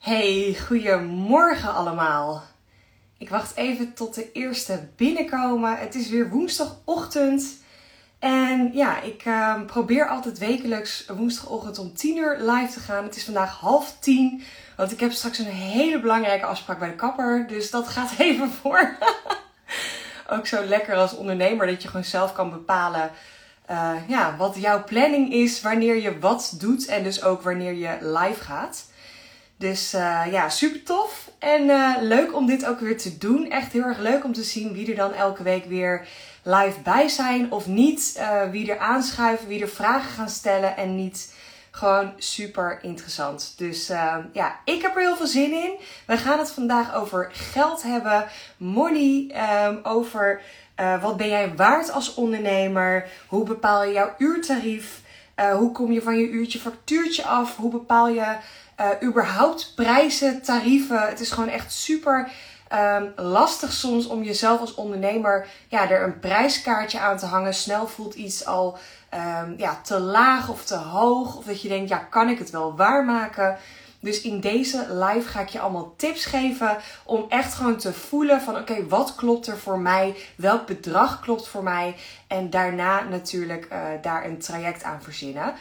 Hey, goedemorgen allemaal. Ik wacht even tot de eerste binnenkomen. Het is weer woensdagochtend. En ja, ik probeer altijd wekelijks woensdagochtend om 10 uur live te gaan. Het is vandaag 9:30. Want ik heb straks een hele belangrijke afspraak bij de kapper. Dus dat gaat even voor. Ook zo lekker als ondernemer dat je gewoon zelf kan bepalen wat jouw planning is. Wanneer je wat doet en dus ook wanneer je live gaat. Dus super tof en leuk om dit ook weer te doen. Echt heel erg leuk om te zien wie er dan elke week weer live bij zijn of niet. Wie er aanschuiven, wie er vragen gaan stellen en niet. Gewoon super interessant. Dus ik heb er heel veel zin in. We gaan het vandaag over geld hebben, money, over wat ben jij waard als ondernemer. Hoe bepaal je jouw uurtarief? Hoe kom je van je uurtje factuurtje af? Hoe bepaal je überhaupt prijzen, tarieven? Het is gewoon echt super lastig soms om jezelf als ondernemer er een prijskaartje aan te hangen. Snel voelt iets al te laag of te hoog. Of dat je denkt, kan ik het wel waarmaken? Dus in deze live ga ik je allemaal tips geven om echt gewoon te voelen van oké, wat klopt er voor mij? Welk bedrag klopt voor mij? En daarna natuurlijk daar een traject aan verzinnen.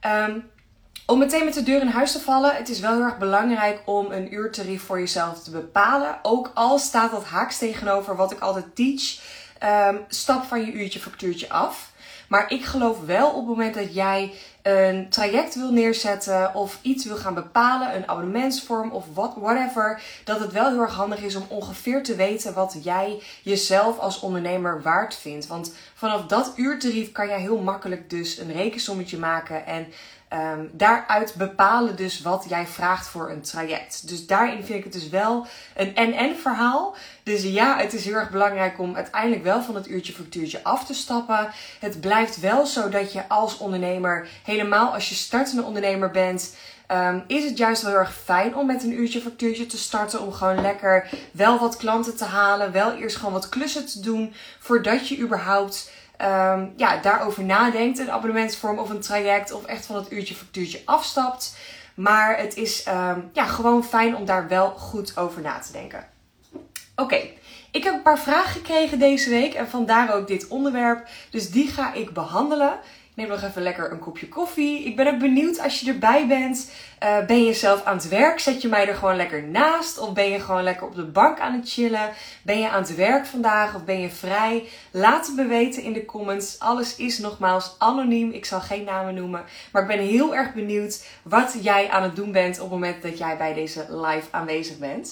Om meteen met de deur in huis te vallen, het is wel heel erg belangrijk om een uurtarief voor jezelf te bepalen. Ook al staat dat haaks tegenover wat ik altijd teach. Stap van je uurtje factuurtje af. Maar ik geloof wel op het moment dat jij een traject wil neerzetten of iets wil gaan bepalen, een abonnementsvorm of whatever, dat het wel heel erg handig is om ongeveer te weten wat jij jezelf als ondernemer waard vindt. Want vanaf dat uurtarief kan jij heel makkelijk dus een rekensommetje maken en daaruit bepalen dus wat jij vraagt voor een traject. Dus daarin vind ik het dus wel een en verhaal. Dus ja, het is heel erg belangrijk om uiteindelijk wel van het uurtje factuurtje af te stappen. Het blijft wel zo dat je als ondernemer, helemaal als je startende ondernemer bent, is het juist wel heel erg fijn om met een uurtje factuurtje te starten. Om gewoon lekker wel wat klanten te halen. Wel eerst gewoon wat klussen te doen voordat je überhaupt daarover nadenkt, een abonnementsvorm of een traject of echt van het uurtje factuurtje afstapt. Maar het is gewoon fijn om daar wel goed over na te denken. Oké, ik heb een paar vragen gekregen deze week en vandaar ook dit onderwerp. Dus die ga ik behandelen. Ik neem nog even lekker een kopje koffie. Ik ben ook benieuwd als je erbij bent. Ben je zelf aan het werk? Zet je mij er gewoon lekker naast? Of ben je gewoon lekker op de bank aan het chillen? Ben je aan het werk vandaag of ben je vrij? Laat het me weten in de comments. Alles is nogmaals anoniem. Ik zal geen namen noemen. Maar ik ben heel erg benieuwd wat jij aan het doen bent op het moment dat jij bij deze live aanwezig bent.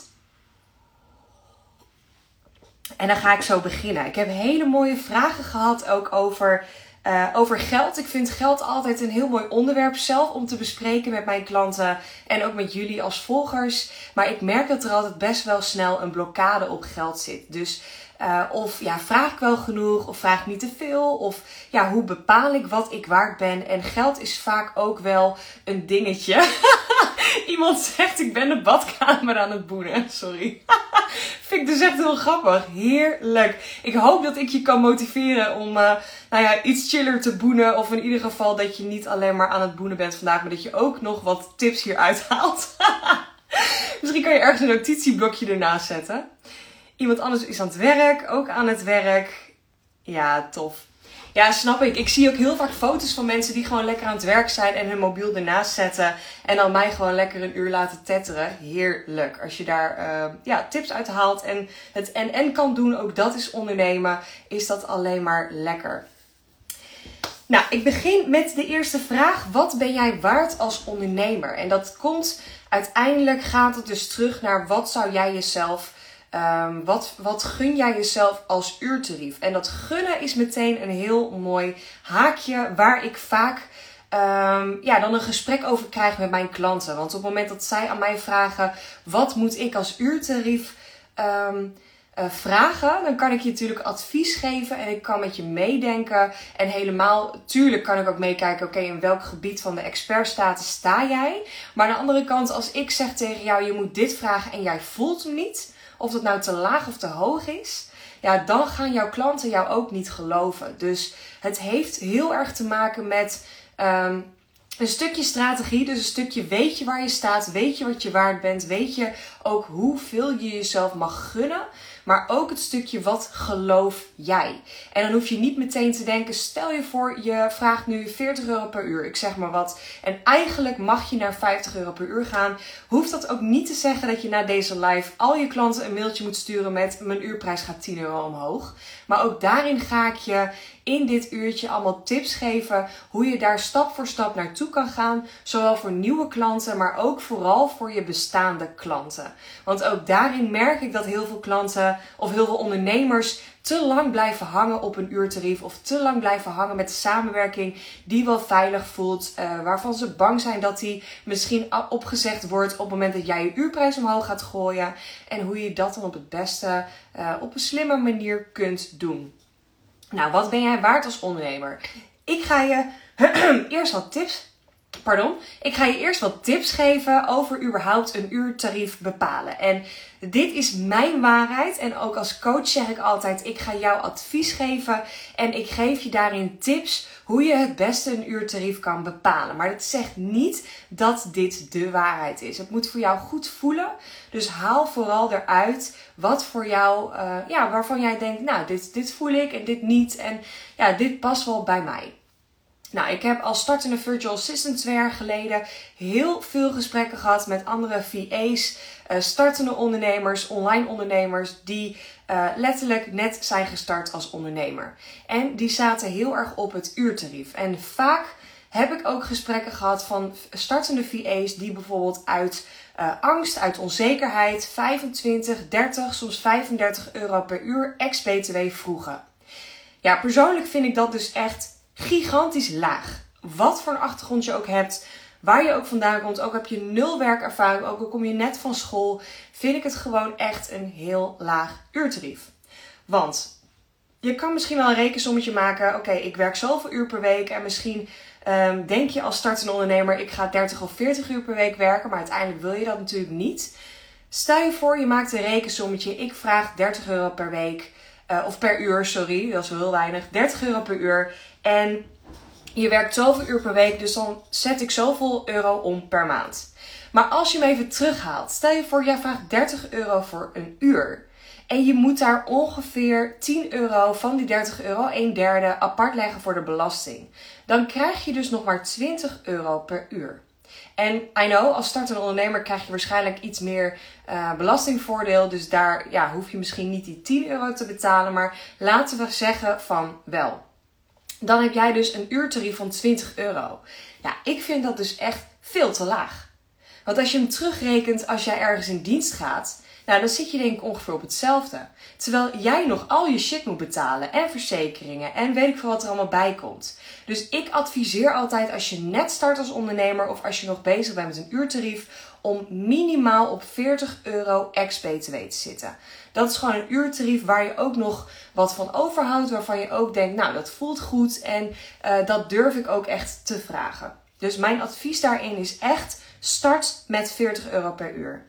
En dan ga ik zo beginnen. Ik heb hele mooie vragen gehad ook over geld. Ik vind geld altijd een heel mooi onderwerp zelf om te bespreken met mijn klanten en ook met jullie als volgers. Maar ik merk dat er altijd best wel snel een blokkade op geld zit. Dus vraag ik wel genoeg of vraag ik niet te veel? Of hoe bepaal ik wat ik waard ben? En geld is vaak ook wel een dingetje. Iemand zegt ik ben de badkamer aan het boenen. Sorry. Vind ik dus echt heel grappig. Heerlijk. Ik hoop dat ik je kan motiveren om iets chiller te boenen. Of in ieder geval dat je niet alleen maar aan het boenen bent vandaag. Maar dat je ook nog wat tips hieruit haalt. Misschien kan je ergens een notitieblokje ernaast zetten. Iemand anders is aan het werk. Ook aan het werk. Ja, tof. Ja, snap ik. Ik zie ook heel vaak foto's van mensen die gewoon lekker aan het werk zijn en hun mobiel ernaast zetten. En dan mij gewoon lekker een uur laten tetteren. Heerlijk. Als je daar tips uit haalt en het en kan doen, ook dat is ondernemen, is dat alleen maar lekker. Nou, ik begin met de eerste vraag. Wat ben jij waard als ondernemer? En dat komt uiteindelijk, gaat het dus terug naar wat zou jij jezelf wat gun jij jezelf als uurtarief? En dat gunnen is meteen een heel mooi haakje waar ik vaak dan een gesprek over krijg met mijn klanten. Want op het moment dat zij aan mij vragen, wat moet ik als uurtarief vragen, dan kan ik je natuurlijk advies geven en ik kan met je meedenken. En helemaal, tuurlijk kan ik ook meekijken, oké, in welk gebied van de expertstatus sta jij? Maar aan de andere kant, als ik zeg tegen jou, je moet dit vragen en jij voelt hem niet, of dat nou te laag of te hoog is, dan gaan jouw klanten jou ook niet geloven. Dus het heeft heel erg te maken met een stukje strategie, dus een stukje weet je waar je staat, weet je wat je waard bent, weet je ook hoeveel je jezelf mag gunnen, maar ook het stukje wat geloof jij. En dan hoef je niet meteen te denken, stel je voor je vraagt nu 40 euro per uur, ik zeg maar wat, en eigenlijk mag je naar 50 euro per uur gaan. Hoeft dat ook niet te zeggen dat je na deze live al je klanten een mailtje moet sturen met mijn uurprijs gaat 10 euro omhoog. Maar ook daarin ga ik je in dit uurtje allemaal tips geven hoe je daar stap voor stap naartoe kan gaan. Zowel voor nieuwe klanten, maar ook vooral voor je bestaande klanten. Want ook daarin merk ik dat heel veel klanten of heel veel ondernemers te lang blijven hangen op een uurtarief. Of te lang blijven hangen met de samenwerking die wel veilig voelt. Waarvan ze bang zijn dat die misschien opgezegd wordt op het moment dat jij je uurprijs omhoog gaat gooien. En hoe je dat dan op het beste, op een slimme manier kunt doen. Nou, wat ben jij waard als ondernemer? Ik ga je eerst wat tips geven over überhaupt een uurtarief bepalen. En dit is mijn waarheid. En ook als coach zeg ik altijd, ik ga jou advies geven. En ik geef je daarin tips hoe je het beste een uurtarief kan bepalen. Maar dat zegt niet dat dit de waarheid is. Het moet voor jou goed voelen. Dus haal vooral eruit wat voor jou, waarvan jij denkt, nou, dit voel ik en dit niet. En ja, dit past wel bij mij. Nou, ik heb als startende virtual assistant 2 jaar geleden heel veel gesprekken gehad met andere VA's, startende ondernemers, online ondernemers die letterlijk net zijn gestart als ondernemer. En die zaten heel erg op het uurtarief. En vaak heb ik ook gesprekken gehad van startende VA's die bijvoorbeeld uit angst, uit onzekerheid 25, 30, soms 35 euro per uur ex-BTW vroegen. Ja, persoonlijk vind ik dat dus echt gigantisch laag. Wat voor een achtergrond je ook hebt, waar je ook vandaan komt, ook heb je 0 werkervaring, ook al kom je net van school, vind ik het gewoon echt een heel laag uurtarief. Want je kan misschien wel een rekensommetje maken. Oké, ik werk zoveel uur per week en misschien denk je als startende ondernemer, ik ga 30 of 40 uur per week werken, maar uiteindelijk wil je dat natuurlijk niet. Stel je voor, je maakt een rekensommetje, ik vraag 30 euro per week. Of per uur, sorry, dat is wel heel weinig. 30 euro per uur. En je werkt zoveel uur per week, dus dan zet ik zoveel euro om per maand. Maar als je hem even terughaalt, stel je voor, jij vraagt 30 euro voor een uur. En je moet daar ongeveer 10 euro van die 30 euro, 1/3, apart leggen voor de belasting. Dan krijg je dus nog maar 20 euro per uur. En I know, als startende ondernemer krijg je waarschijnlijk iets meer belastingvoordeel. Dus daar hoef je misschien niet die 10 euro te betalen. Maar laten we zeggen van wel. Dan heb jij dus een uurtarief van 20 euro. Ja, ik vind dat dus echt veel te laag. Want als je hem terugrekent als jij ergens in dienst gaat, nou, dan zit je denk ik ongeveer op hetzelfde. Terwijl jij nog al je shit moet betalen en verzekeringen en weet ik veel wat er allemaal bij komt. Dus ik adviseer altijd als je net start als ondernemer of als je nog bezig bent met een uurtarief, om minimaal op 40 euro ex-BTW te zitten. Dat is gewoon een uurtarief waar je ook nog wat van overhoudt, waarvan je ook denkt, nou, dat voelt goed en dat durf ik ook echt te vragen. Dus mijn advies daarin is echt, start met 40 euro per uur.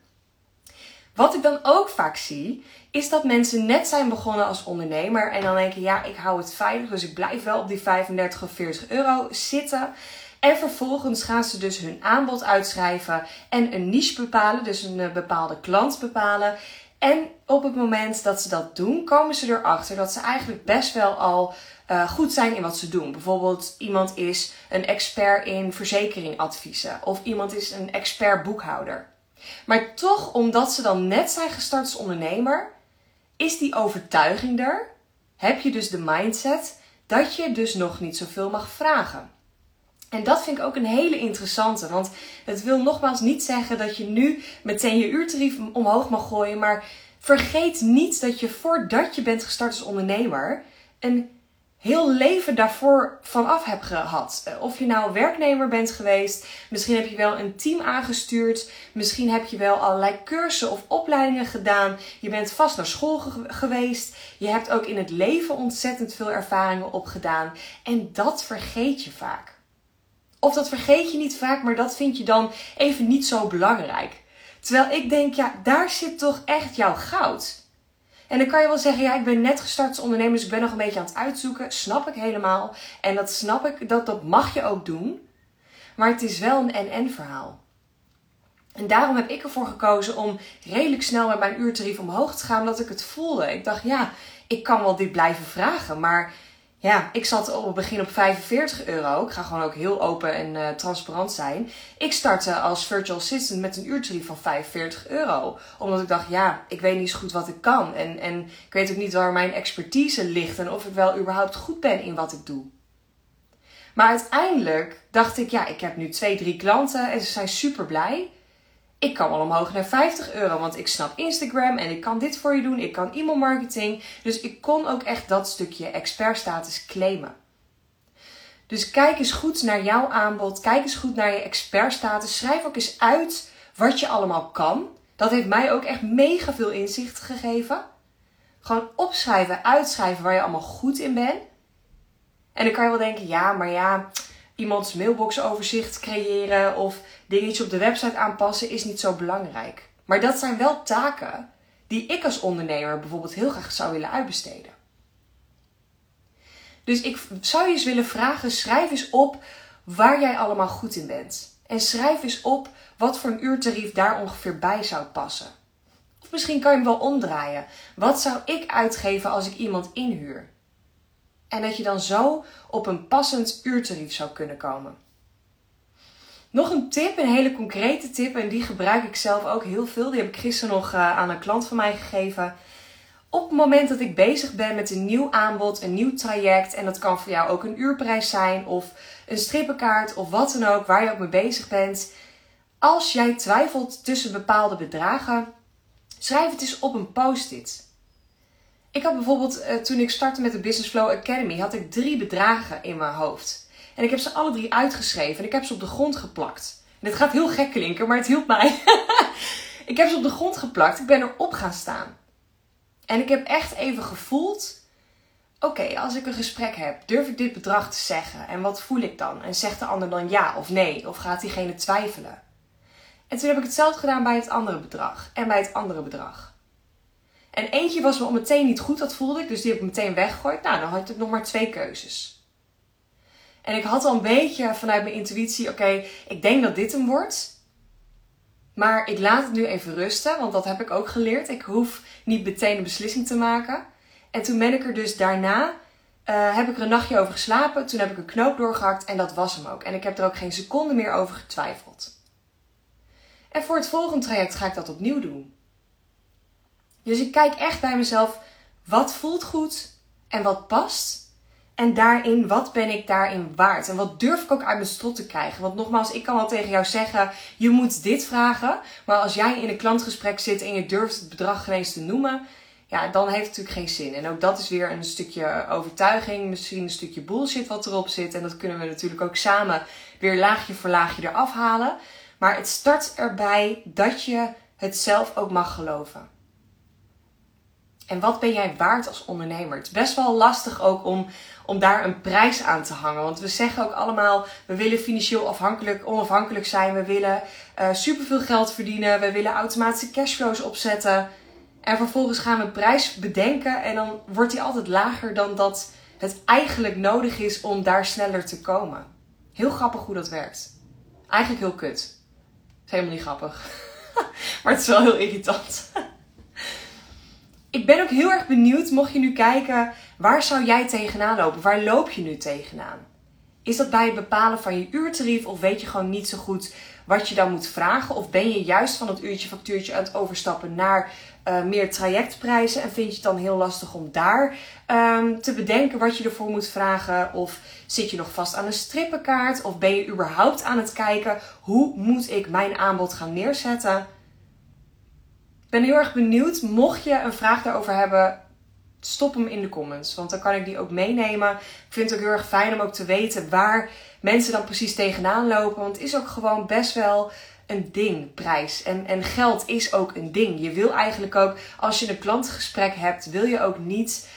Wat ik dan ook vaak zie, is dat mensen net zijn begonnen als ondernemer en dan denken, ja, ik hou het veilig, dus ik blijf wel op die 35 of 40 euro zitten. En vervolgens gaan ze dus hun aanbod uitschrijven en een niche bepalen, dus een bepaalde klant bepalen. En op het moment dat ze dat doen, komen ze erachter dat ze eigenlijk best wel al goed zijn in wat ze doen. Bijvoorbeeld iemand is een expert in verzekeringsadviezen of iemand is een expert boekhouder. Maar toch, omdat ze dan net zijn gestart als ondernemer, is die overtuiging er. Heb je dus de mindset dat je dus nog niet zoveel mag vragen. En dat vind ik ook een hele interessante. Want het wil nogmaals niet zeggen dat je nu meteen je uurtarief omhoog mag gooien. Maar vergeet niet dat je voordat je bent gestart als ondernemer een heel leven daarvoor vanaf hebt gehad. Of je nou werknemer bent geweest, misschien heb je wel een team aangestuurd, misschien heb je wel allerlei cursussen of opleidingen gedaan, je bent vast naar school geweest, je hebt ook in het leven ontzettend veel ervaringen opgedaan en dat vergeet je vaak. Of dat vergeet je niet vaak, maar dat vind je dan even niet zo belangrijk. Terwijl ik denk, ja, daar zit toch echt jouw goud. En dan kan je wel zeggen, ja, ik ben net gestart als ondernemer, dus ik ben nog een beetje aan het uitzoeken. Snap ik helemaal. En dat snap ik, dat mag je ook doen. maar het is wel een en-en verhaal. En daarom heb ik ervoor gekozen om redelijk snel met mijn uurtarief omhoog te gaan, omdat ik het voelde. Ik dacht, ja, ik kan wel dit blijven vragen, maar ja, ik zat op het begin op €45. Ik ga gewoon ook heel open en transparant zijn. Ik startte als virtual assistant met een uurtarief van €45. Omdat ik dacht, ja, ik weet niet zo goed wat ik kan. En ik weet ook niet waar mijn expertise ligt en of ik wel überhaupt goed ben in wat ik doe. Maar uiteindelijk dacht ik, ja, ik heb nu 2-3 klanten en ze zijn super blij. Ik kan wel omhoog naar €50, want ik snap Instagram en ik kan dit voor je doen. Ik kan e-mailmarketing. Dus ik kon ook echt dat stukje expertstatus claimen. Dus kijk eens goed naar jouw aanbod. Kijk eens goed naar je expertstatus. Schrijf ook eens uit wat je allemaal kan. Dat heeft mij ook echt mega veel inzicht gegeven. Gewoon opschrijven, uitschrijven waar je allemaal goed in bent. En dan kan je wel denken, ja, maar ja, iemands mailboxoverzicht creëren of dingetjes op de website aanpassen is niet zo belangrijk. Maar dat zijn wel taken die ik als ondernemer bijvoorbeeld heel graag zou willen uitbesteden. Dus ik zou je eens willen vragen, schrijf eens op waar jij allemaal goed in bent. En schrijf eens op wat voor een uurtarief daar ongeveer bij zou passen. Of misschien kan je hem wel omdraaien. Wat zou ik uitgeven als ik iemand inhuur? En dat je dan zo op een passend uurtarief zou kunnen komen. Nog een tip, een hele concrete tip. En die gebruik ik zelf ook heel veel. Die heb ik gisteren nog aan een klant van mij gegeven. Op het moment dat ik bezig ben met een nieuw aanbod, een nieuw traject. En dat kan voor jou ook een uurprijs zijn. Of een strippenkaart of wat dan ook. Waar je ook mee bezig bent. Als jij twijfelt tussen bepaalde bedragen. Schrijf het eens op een post-it. Ik had bijvoorbeeld, toen ik startte met de Business Flow Academy, had ik 3 bedragen in mijn hoofd. En ik heb ze alle 3 uitgeschreven en ik heb ze op de grond geplakt. En dit gaat heel gek klinken, maar het hielp mij. Ik heb ze op de grond geplakt, ik ben erop gaan staan. En ik heb echt even gevoeld, oké, als ik een gesprek heb, durf ik dit bedrag te zeggen? En wat voel ik dan? En zegt de ander dan ja of nee? Of gaat diegene twijfelen? En toen heb ik hetzelfde gedaan bij het andere bedrag en bij het andere bedrag. En eentje was me al meteen niet goed, dat voelde ik. Dus die heb ik meteen weggegooid. Nou, dan had ik nog maar 2 keuzes. En ik had al een beetje vanuit mijn intuïtie, oké, ik denk dat dit hem wordt. Maar ik laat het nu even rusten, want dat heb ik ook geleerd. Ik hoef niet meteen een beslissing te maken. En toen ben ik er dus daarna, heb ik er een nachtje over geslapen. Toen heb ik een knoop doorgehakt en dat was hem ook. En ik heb er ook geen seconde meer over getwijfeld. En voor het volgende traject ga ik dat opnieuw doen. Dus ik kijk echt bij mezelf, wat voelt goed en wat past. En daarin, wat ben ik daarin waard? En wat durf ik ook uit mijn strot te krijgen? Want nogmaals, ik kan wel tegen jou zeggen, je moet dit vragen. Maar als jij in een klantgesprek zit en je durft het bedrag geen eens te noemen, ja, dan heeft het natuurlijk geen zin. En ook dat is weer een stukje overtuiging, misschien een stukje bullshit wat erop zit. En dat kunnen we natuurlijk ook samen weer laagje voor laagje eraf halen. Maar het start erbij dat je het zelf ook mag geloven. En wat ben jij waard als ondernemer? Het is best wel lastig ook om daar een prijs aan te hangen. Want we zeggen ook allemaal, we willen financieel onafhankelijk zijn. We willen superveel geld verdienen. We willen automatische cashflows opzetten. En vervolgens gaan we een prijs bedenken. En dan wordt die altijd lager dan dat het eigenlijk nodig is om daar sneller te komen. Heel grappig hoe dat werkt. Eigenlijk heel kut. Het is helemaal niet grappig. Maar het is wel heel irritant. Ik ben ook heel erg benieuwd, mocht je nu kijken, waar zou jij tegenaan lopen? Waar loop je nu tegenaan? Is dat bij het bepalen van je uurtarief of weet je gewoon niet zo goed wat je dan moet vragen? Of ben je juist van het uurtje factuurtje aan het overstappen naar meer trajectprijzen en vind je het dan heel lastig om daar te bedenken wat je ervoor moet vragen? Of zit je nog vast aan een strippenkaart? Of ben je überhaupt aan het kijken, hoe moet ik mijn aanbod gaan neerzetten? Ik ben heel erg benieuwd. Mocht je een vraag daarover hebben, stop hem in de comments. Want dan kan ik die ook meenemen. Ik vind het ook heel erg fijn om ook te weten waar mensen dan precies tegenaan lopen. Want het is ook gewoon best wel een ding, prijs. En geld is ook een ding. Je wil eigenlijk ook, als je een klantgesprek hebt, wil je ook niet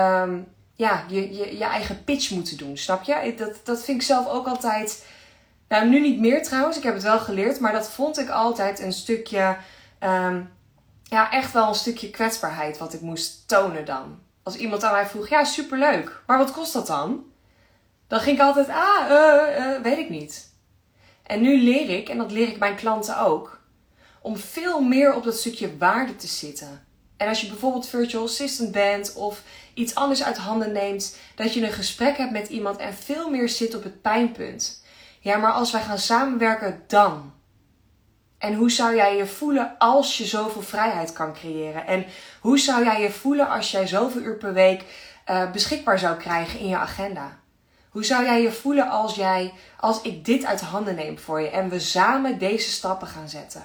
je eigen pitch moeten doen. Snap je? Dat vind ik zelf ook altijd. Nou, nu niet meer trouwens. Ik heb het wel geleerd. Maar dat vond ik altijd een stukje. Echt wel een stukje kwetsbaarheid wat ik moest tonen dan. Als iemand aan mij vroeg, ja, superleuk. Maar wat kost dat dan? Dan ging ik altijd, weet ik niet. En nu leer ik, en dat leer ik mijn klanten ook, om veel meer op dat stukje waarde te zitten. En als je bijvoorbeeld virtual assistant bent of iets anders uit handen neemt, dat je een gesprek hebt met iemand en veel meer zit op het pijnpunt. Ja, maar als wij gaan samenwerken, dan. En hoe zou jij je voelen als je zoveel vrijheid kan creëren? En hoe zou jij je voelen als jij zoveel uur per week beschikbaar zou krijgen in je agenda? Hoe zou jij je voelen als ik dit uit handen neem voor je en we samen deze stappen gaan zetten?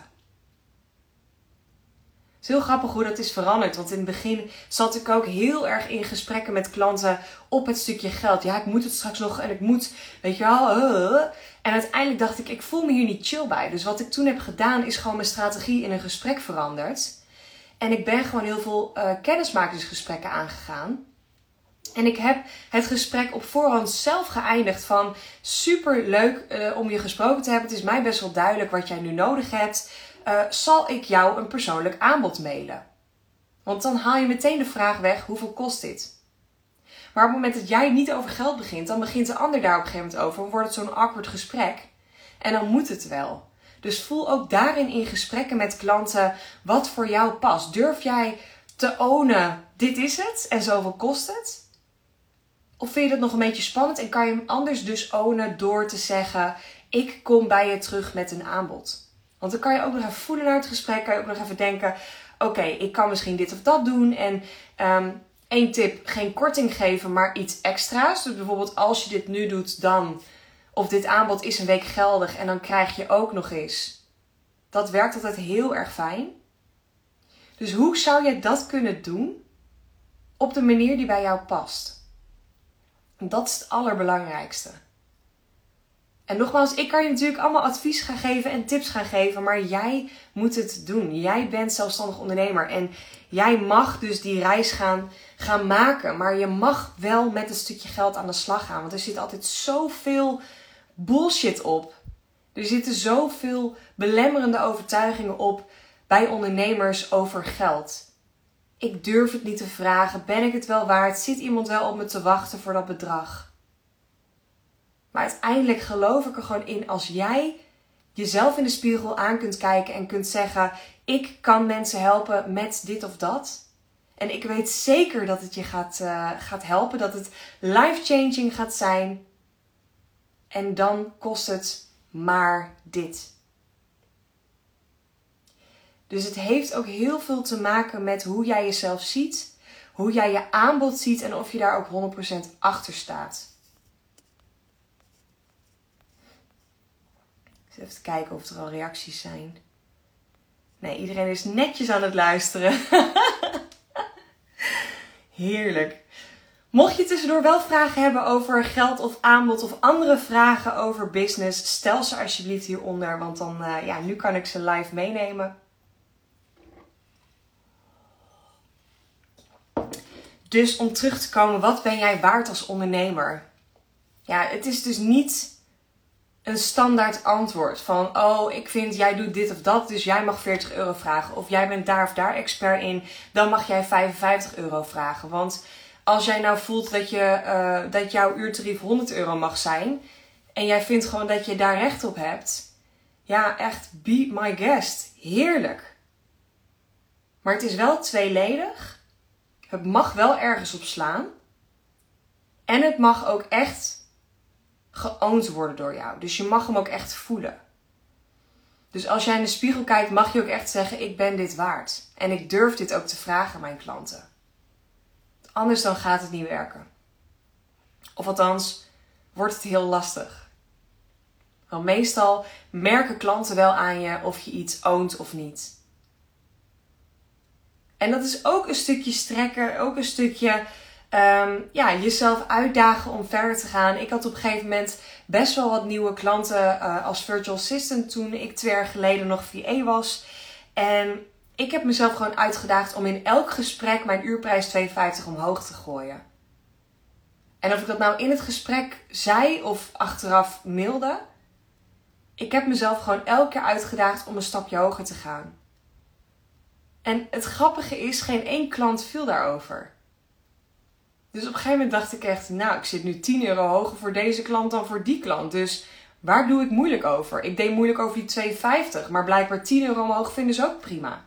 Het is heel grappig hoe dat is veranderd. Want in het begin zat ik ook heel erg in gesprekken met klanten op het stukje geld. Ja, ik moet het straks nog en ik moet, weet je wel. En uiteindelijk dacht ik voel me hier niet chill bij. Dus wat ik toen heb gedaan is gewoon mijn strategie in een gesprek veranderd. En ik ben gewoon heel veel kennismakingsgesprekken aangegaan. En ik heb het gesprek op voorhand zelf geëindigd van super leuk om je gesproken te hebben. Het is mij best wel duidelijk wat jij nu nodig hebt. Zal ik jou een persoonlijk aanbod mailen? Want dan haal je meteen de vraag weg, hoeveel kost dit? Maar op het moment dat jij niet over geld begint, dan begint de ander daar op een gegeven moment over. Dan wordt het zo'n awkward gesprek. En dan moet het wel. Dus voel ook daarin in gesprekken met klanten wat voor jou past. Durf jij te ownen, dit is het en zoveel kost het? Of vind je dat nog een beetje spannend en kan je hem anders dus ownen door te zeggen, ik kom bij je terug met een aanbod? Want dan kan je ook nog even voelen naar het gesprek. Kan je ook nog even denken, oké, ik kan misschien dit of dat doen. En één tip, geen korting geven, maar iets extra's. Dus bijvoorbeeld als je dit nu doet, dan, of dit aanbod is een week geldig en dan krijg je ook nog eens. Dat werkt altijd heel erg fijn. Dus hoe zou je dat kunnen doen op de manier die bij jou past? En dat is het allerbelangrijkste. En nogmaals, ik kan je natuurlijk allemaal advies gaan geven en tips gaan geven, maar jij moet het doen. Jij bent zelfstandig ondernemer en jij mag dus die reis gaan maken. Maar je mag wel met een stukje geld aan de slag gaan, want er zit altijd zoveel bullshit op. Er zitten zoveel belemmerende overtuigingen op bij ondernemers over geld. Ik durf het niet te vragen, ben ik het wel waard? Zit iemand wel op me te wachten voor dat bedrag? Maar uiteindelijk geloof ik er gewoon in, als jij jezelf in de spiegel aan kunt kijken en kunt zeggen, ik kan mensen helpen met dit of dat. En ik weet zeker dat het je gaat helpen, dat het life-changing gaat zijn. En dan kost het maar dit. Dus het heeft ook heel veel te maken met hoe jij jezelf ziet, hoe jij je aanbod ziet en of je daar ook 100% achter staat. Even kijken of er al reacties zijn. Nee, iedereen is netjes aan het luisteren. Heerlijk. Mocht je tussendoor wel vragen hebben over geld of aanbod of andere vragen over business, stel ze alsjeblieft hieronder. Want dan, nu kan ik ze live meenemen. Dus om terug te komen, wat ben jij waard als ondernemer? Ja, het is dus niet een standaard antwoord van, ik vind jij doet dit of dat, dus jij mag €40 vragen. Of jij bent daar of daar expert in, dan mag jij €55 vragen. Want als jij nou voelt dat jouw uurtarief €100 mag zijn en jij vindt gewoon dat je daar recht op hebt, ja, echt, be my guest. Heerlijk. Maar het is wel tweeledig. Het mag wel ergens op slaan. En het mag ook echt geowned worden door jou. Dus je mag hem ook echt voelen. Dus als jij in de spiegel kijkt, mag je ook echt zeggen, ik ben dit waard. En ik durf dit ook te vragen aan mijn klanten. Anders dan gaat het niet werken. Of althans, wordt het heel lastig. Want meestal merken klanten wel aan je of je iets ownt of niet. En dat is ook een stukje strekken, ook een stukje jezelf uitdagen om verder te gaan. Ik had op een gegeven moment best wel wat nieuwe klanten als virtual assistant toen ik 2 jaar geleden nog VA was. En ik heb mezelf gewoon uitgedaagd om in elk gesprek mijn uurprijs €52 omhoog te gooien. En of ik dat nou in het gesprek zei of achteraf mailde, ik heb mezelf gewoon elke keer uitgedaagd om een stapje hoger te gaan. En het grappige is, geen één klant viel daarover. Dus op een gegeven moment dacht ik echt, ik zit nu €10 hoger voor deze klant dan voor die klant. Dus Waar doe ik moeilijk over? Ik deed moeilijk over die 2,50, maar blijkbaar 10 euro omhoog vinden ze ook prima.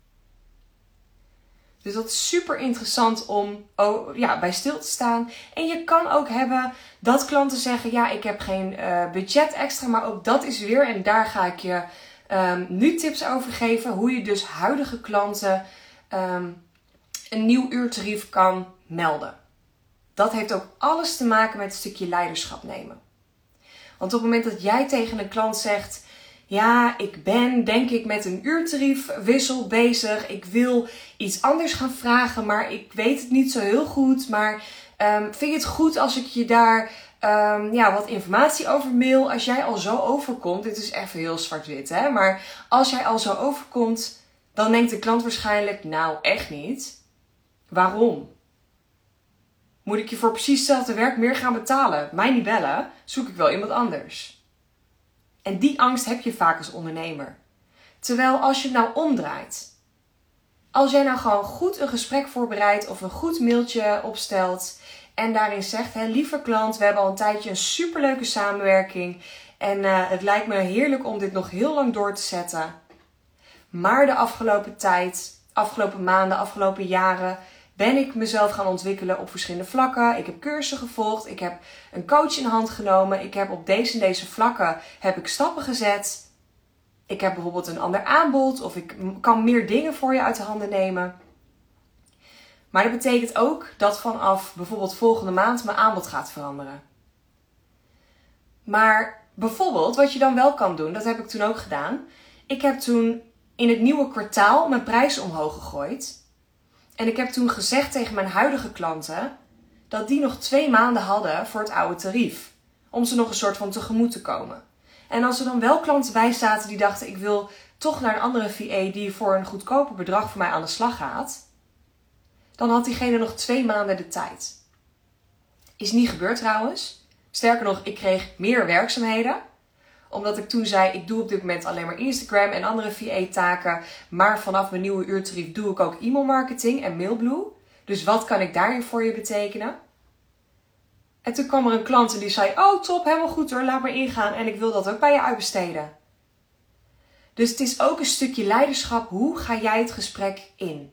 Dus dat is super interessant om bij stil te staan. En je kan ook hebben dat klanten zeggen, ja, ik heb geen budget extra, maar ook dat is weer, en daar ga ik je nu tips over geven, hoe je dus huidige klanten een nieuw uurtarief kan melden. Dat heeft ook alles te maken met een stukje leiderschap nemen. Want op het moment dat jij tegen een klant zegt, ja, ik ben denk ik met een uurtariefwissel bezig. Ik wil iets anders gaan vragen, maar ik weet het niet zo heel goed. Maar vind je het goed als ik je daar wat informatie over mail? Als jij al zo overkomt, dit is even heel zwart-wit hè. Maar als jij al zo overkomt, dan denkt de klant waarschijnlijk, nou echt niet. Waarom? Moet ik je voor precies hetzelfde werk meer gaan betalen? Mij niet bellen, zoek ik wel iemand anders. En die angst heb je vaak als ondernemer. Terwijl als je het nou omdraait. Als jij nou gewoon goed een gesprek voorbereidt of een goed mailtje opstelt. En daarin zegt, lieve klant, we hebben al een tijdje een superleuke samenwerking. En het lijkt me heerlijk om dit nog heel lang door te zetten. Maar de afgelopen tijd, afgelopen maanden, afgelopen jaren ben ik mezelf gaan ontwikkelen op verschillende vlakken. Ik heb cursussen gevolgd. Ik heb een coach in hand genomen. Ik heb op deze vlakken stappen gezet. Ik heb bijvoorbeeld een ander aanbod. Of ik kan meer dingen voor je uit de handen nemen. Maar dat betekent ook dat vanaf bijvoorbeeld volgende maand mijn aanbod gaat veranderen. Maar bijvoorbeeld wat je dan wel kan doen. Dat heb ik toen ook gedaan. Ik heb toen in het nieuwe kwartaal mijn prijzen omhoog gegooid. En ik heb toen gezegd tegen mijn huidige klanten dat die nog 2 maanden hadden voor het oude tarief. Om ze nog een soort van tegemoet te komen. En als er dan wel klanten bij zaten die dachten, ik wil toch naar een andere VA die voor een goedkoper bedrag voor mij aan de slag gaat. Dan had diegene nog 2 maanden de tijd. Is niet gebeurd trouwens. Sterker nog, ik kreeg meer werkzaamheden. Omdat ik toen zei, ik doe op dit moment alleen maar Instagram en andere VA-taken. Maar vanaf mijn nieuwe uurtarief doe ik ook e-mailmarketing en Mailblue. Dus wat kan ik daarin voor je betekenen? En toen kwam er een klant en die zei, oh top, helemaal goed hoor, laat maar ingaan. En ik wil dat ook bij je uitbesteden. Dus het is ook een stukje leiderschap. Hoe ga jij het gesprek in?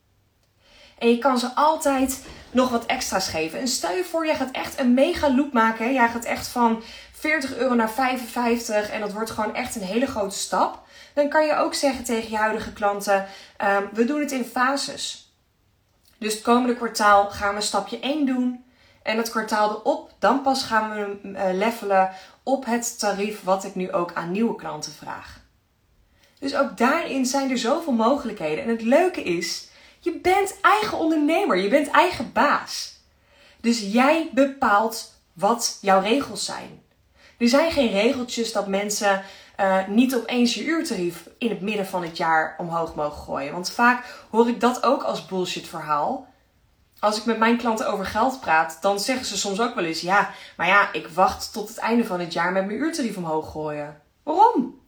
En je kan ze altijd nog wat extra's geven. En stel je voor, jij gaat echt een mega loop maken. Hè? Jij gaat echt van 40 euro naar 55 en dat wordt gewoon echt een hele grote stap. Dan kan je ook zeggen tegen je huidige klanten, we doen het in fases. Dus het komende kwartaal gaan we stapje 1 doen. En het kwartaal erop, dan pas gaan we levelen op het tarief wat ik nu ook aan nieuwe klanten vraag. Dus ook daarin zijn er zoveel mogelijkheden. En het leuke is, je bent eigen ondernemer, je bent eigen baas. Dus jij bepaalt wat jouw regels zijn. Er zijn geen regeltjes dat mensen niet opeens je uurtarief in het midden van het jaar omhoog mogen gooien. Want vaak hoor ik dat ook als bullshit verhaal. Als ik met mijn klanten over geld praat, dan zeggen ze soms ook wel eens, ja, maar ja, ik wacht tot het einde van het jaar met mijn uurtarief omhoog gooien. Waarom?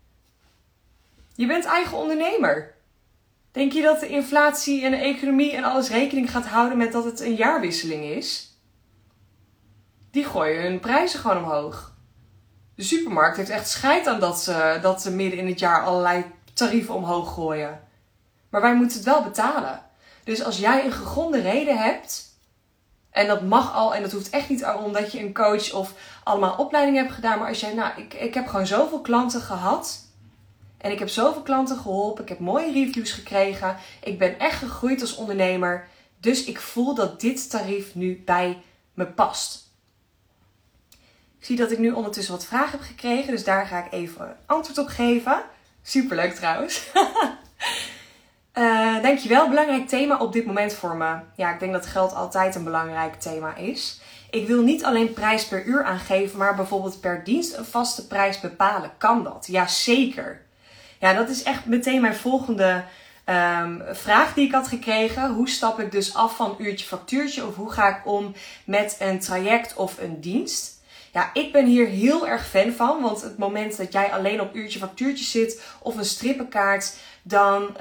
Je bent eigen ondernemer. Denk je dat de inflatie en de economie en alles rekening gaat houden met dat het een jaarwisseling is? Die gooien hun prijzen gewoon omhoog. De supermarkt heeft echt scheid aan dat ze midden in het jaar allerlei tarieven omhoog gooien. Maar wij moeten het wel betalen. Dus als jij een gegronde reden hebt, en dat mag al, en dat hoeft echt niet omdat je een coach of allemaal opleidingen hebt gedaan, maar als jij, ik heb gewoon zoveel klanten gehad, en ik heb zoveel klanten geholpen, ik heb mooie reviews gekregen, ik ben echt gegroeid als ondernemer, dus ik voel dat dit tarief nu bij me past. Ik zie dat ik nu ondertussen wat vragen heb gekregen, dus daar ga ik even antwoord op geven. Superleuk trouwens. Dankjewel, belangrijk thema op dit moment voor me. Ja, ik denk dat geld altijd een belangrijk thema is. Ik wil niet alleen prijs per uur aangeven, maar bijvoorbeeld per dienst een vaste prijs bepalen. Kan dat? Jazeker. Ja, dat is echt meteen mijn volgende vraag die ik had gekregen. Hoe stap ik dus af van uurtje factuurtje of hoe ga ik om met een traject of een dienst? Ja, ik ben hier heel erg fan van, want het moment dat jij alleen op uurtje factuurtje zit of een strippenkaart, dan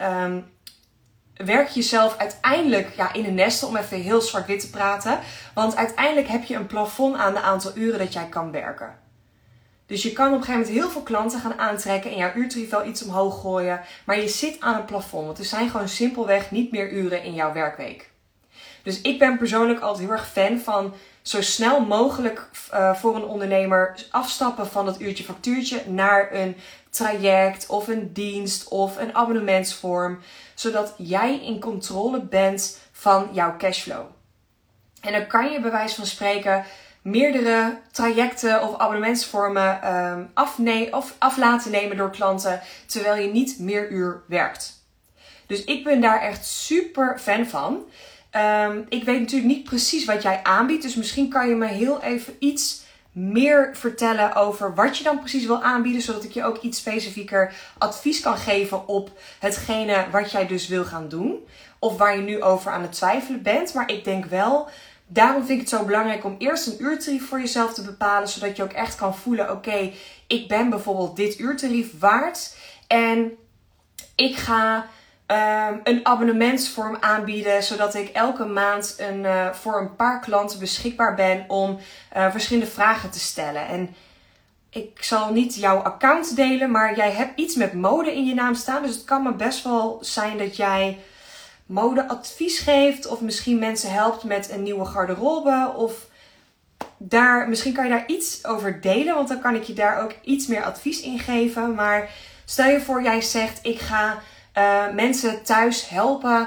werk je jezelf uiteindelijk in een nest, om even heel zwart-wit te praten. Want uiteindelijk heb je een plafond aan de aantal uren dat jij kan werken. Dus je kan op een gegeven moment heel veel klanten gaan aantrekken en jouw uurtarief wel iets omhoog gooien. Maar je zit aan een plafond, want er zijn gewoon simpelweg niet meer uren in jouw werkweek. Dus ik ben persoonlijk altijd heel erg fan van zo snel mogelijk voor een ondernemer afstappen van het uurtje factuurtje naar een traject of een dienst of een abonnementsvorm. Zodat jij in controle bent van jouw cashflow. En dan kan je bij wijze van spreken meerdere trajecten of abonnementsvormen af laten nemen door klanten, terwijl je niet meer uur werkt. Dus ik ben daar echt super fan van. Ik weet natuurlijk niet precies wat jij aanbiedt, dus misschien kan je me heel even iets meer vertellen over wat je dan precies wil aanbieden, zodat ik je ook iets specifieker advies kan geven op hetgene wat jij dus wil gaan doen. Of waar je nu over aan het twijfelen bent. Maar ik denk wel, daarom vind ik het zo belangrijk om eerst een uurtarief voor jezelf te bepalen, zodat je ook echt kan voelen, oké, ik ben bijvoorbeeld dit uurtarief waard en ik ga een abonnementsvorm aanbieden, zodat ik elke maand voor een paar klanten beschikbaar ben om verschillende vragen te stellen. En ik zal niet jouw account delen, maar jij hebt iets met mode in je naam staan. Dus het kan me best wel zijn dat jij modeadvies geeft of misschien mensen helpt met een nieuwe garderobe. Of misschien kan je daar iets over delen, want dan kan ik je daar ook iets meer advies in geven. Maar stel je voor, jij zegt, ik ga mensen thuis helpen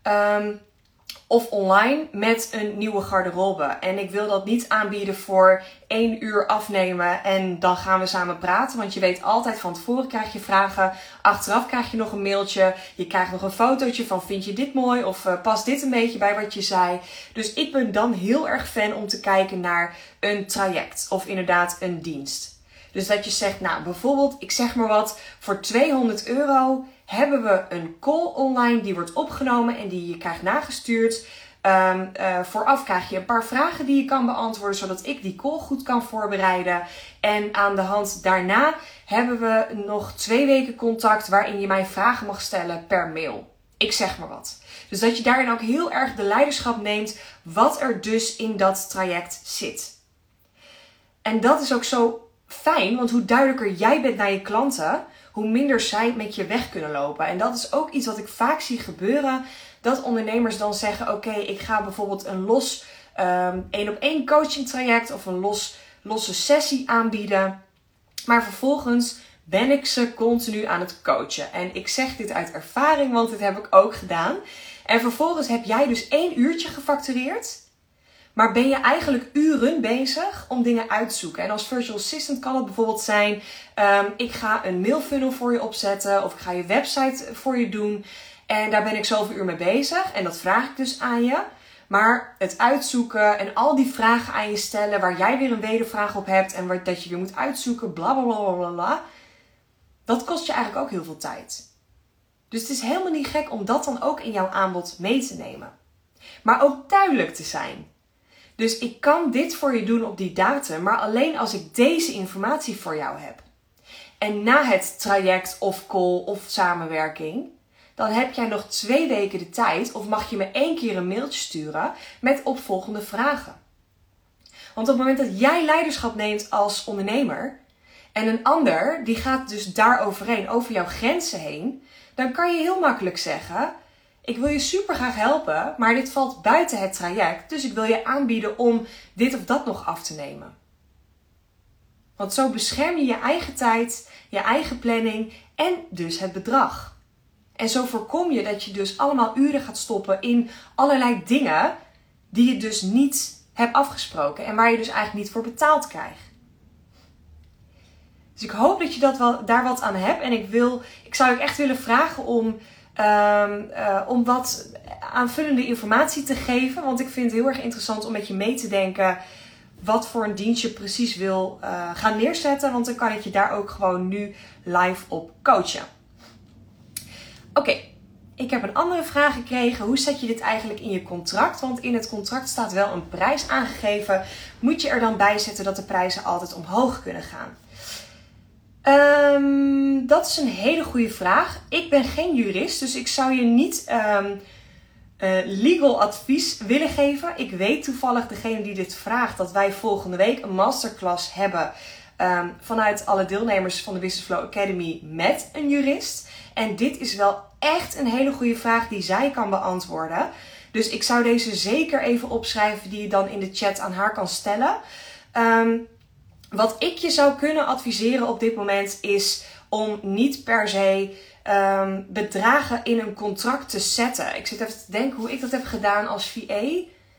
of online met een nieuwe garderobe. En ik wil dat niet aanbieden voor 1 uur afnemen en dan gaan we samen praten. Want je weet altijd, van tevoren krijg je vragen. Achteraf krijg je nog een mailtje. Je krijgt nog een fotootje van, vind je dit mooi? Of past dit een beetje bij wat je zei? Dus ik ben dan heel erg fan om te kijken naar een traject of inderdaad een dienst. Dus dat je zegt, nou bijvoorbeeld, ik zeg maar wat, voor €200 hebben we een call online die wordt opgenomen en die je krijgt nagestuurd. Vooraf krijg je een paar vragen die je kan beantwoorden, zodat ik die call goed kan voorbereiden. En aan de hand daarna hebben we nog 2 weken contact waarin je mij vragen mag stellen per mail. Ik zeg maar wat. Dus dat je daarin ook heel erg de leiderschap neemt wat er dus in dat traject zit. En dat is ook zo fijn, want hoe duidelijker jij bent naar je klanten, hoe minder zij met je weg kunnen lopen. En dat is ook iets wat ik vaak zie gebeuren, dat ondernemers dan zeggen, oké, ik ga bijvoorbeeld een los 1-op-1 coaching traject of een losse sessie aanbieden. Maar vervolgens ben ik ze continu aan het coachen. En ik zeg dit uit ervaring, want dit heb ik ook gedaan. En vervolgens heb jij dus 1 uurtje gefactureerd, maar ben je eigenlijk uren bezig om dingen uit te zoeken. En als virtual assistant kan het bijvoorbeeld zijn, ik ga een mailfunnel voor je opzetten of ik ga je website voor je doen. En daar ben ik zoveel uur mee bezig en dat vraag ik dus aan je. Maar het uitzoeken en al die vragen aan je stellen waar jij weer een wedervraag op hebt en dat je weer moet uitzoeken, bla bla bla bla bla, dat kost je eigenlijk ook heel veel tijd. Dus het is helemaal niet gek om dat dan ook in jouw aanbod mee te nemen. Maar ook duidelijk te zijn. Dus ik kan dit voor je doen op die datum, maar alleen als ik deze informatie voor jou heb. En na het traject of call of samenwerking, dan heb jij nog 2 weken de tijd of mag je me 1 keer een mailtje sturen met opvolgende vragen. Want op het moment dat jij leiderschap neemt als ondernemer en een ander die gaat dus daar overheen, over jouw grenzen heen, dan kan je heel makkelijk zeggen, ik wil je super graag helpen, maar dit valt buiten het traject, dus ik wil je aanbieden om dit of dat nog af te nemen. Want zo bescherm je je eigen tijd, je eigen planning en dus het bedrag. En zo voorkom je dat je dus allemaal uren gaat stoppen in allerlei dingen die je dus niet hebt afgesproken en waar je dus eigenlijk niet voor betaald krijgt. Dus ik hoop dat je daar wat aan hebt en ik zou je echt willen vragen om wat aanvullende informatie te geven. Want ik vind het heel erg interessant om met je mee te denken wat voor een dienst je precies wil gaan neerzetten. Want dan kan ik je daar ook gewoon nu live op coachen. Oké, ik heb een andere vraag gekregen. Hoe zet je dit eigenlijk in je contract? Want in het contract staat wel een prijs aangegeven. Moet je er dan bij zetten dat de prijzen altijd omhoog kunnen gaan? Dat is een hele goede vraag. Ik ben geen jurist, dus ik zou je niet legal advies willen geven. Ik weet toevallig, degene die dit vraagt, dat wij volgende week een masterclass hebben vanuit alle deelnemers van de Business Flow Academy met een jurist. En dit is wel echt een hele goede vraag die zij kan beantwoorden. Dus ik zou deze zeker even opschrijven die je dan in de chat aan haar kan stellen. Wat ik je zou kunnen adviseren op dit moment is om niet per se bedragen in een contract te zetten. Ik zit even te denken hoe ik dat heb gedaan als VA.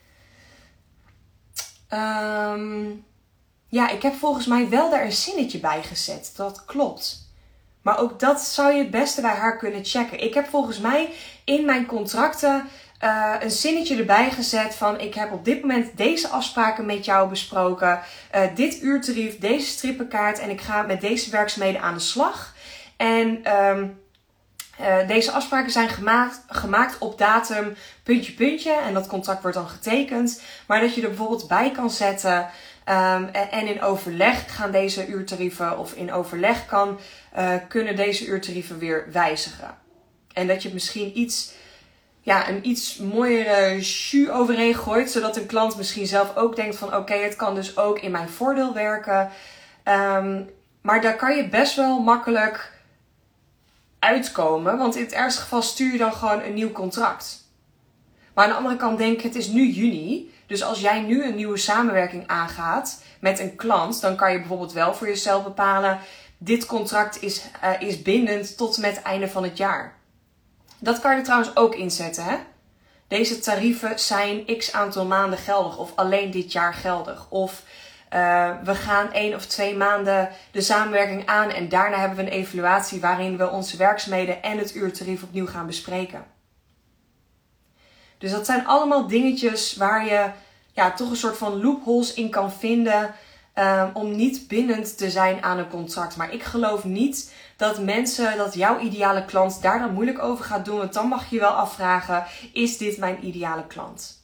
Ja, ik heb volgens mij wel daar een zinnetje bij gezet. Dat klopt. Maar ook dat zou je het beste bij haar kunnen checken. Ik heb volgens mij in mijn contracten een zinnetje erbij gezet van ik heb op dit moment deze afspraken met jou besproken. Dit uurtarief, deze strippenkaart en ik ga met deze werkzaamheden aan de slag. En deze afspraken zijn gemaakt op datum puntje puntje en dat contract wordt dan getekend. Maar dat je er bijvoorbeeld bij kan zetten en in overleg gaan deze uurtarieven of in overleg kunnen deze uurtarieven weer wijzigen. En dat je misschien een iets mooiere jus overheen gooit, zodat een klant misschien zelf ook denkt van oké, het kan dus ook in mijn voordeel werken. Maar daar kan je best wel makkelijk uitkomen, want in het ergste geval stuur je dan gewoon een nieuw contract. Maar aan de andere kant denk ik, het is nu juni, dus als jij nu een nieuwe samenwerking aangaat met een klant, dan kan je bijvoorbeeld wel voor jezelf bepalen, dit contract is bindend tot en met het einde van het jaar. Dat kan je er trouwens ook inzetten, hè? Deze tarieven zijn x aantal maanden geldig of alleen dit jaar geldig. Of we gaan 1 of 2 maanden de samenwerking aan en daarna hebben we een evaluatie waarin we onze werkzaamheden en het uurtarief opnieuw gaan bespreken. Dus dat zijn allemaal dingetjes waar je toch een soort van loopholes in kan vinden om niet bindend te zijn aan een contract. Maar ik geloof niet dat jouw ideale klant daar dan moeilijk over gaat doen. Want dan mag je wel afvragen, is dit mijn ideale klant?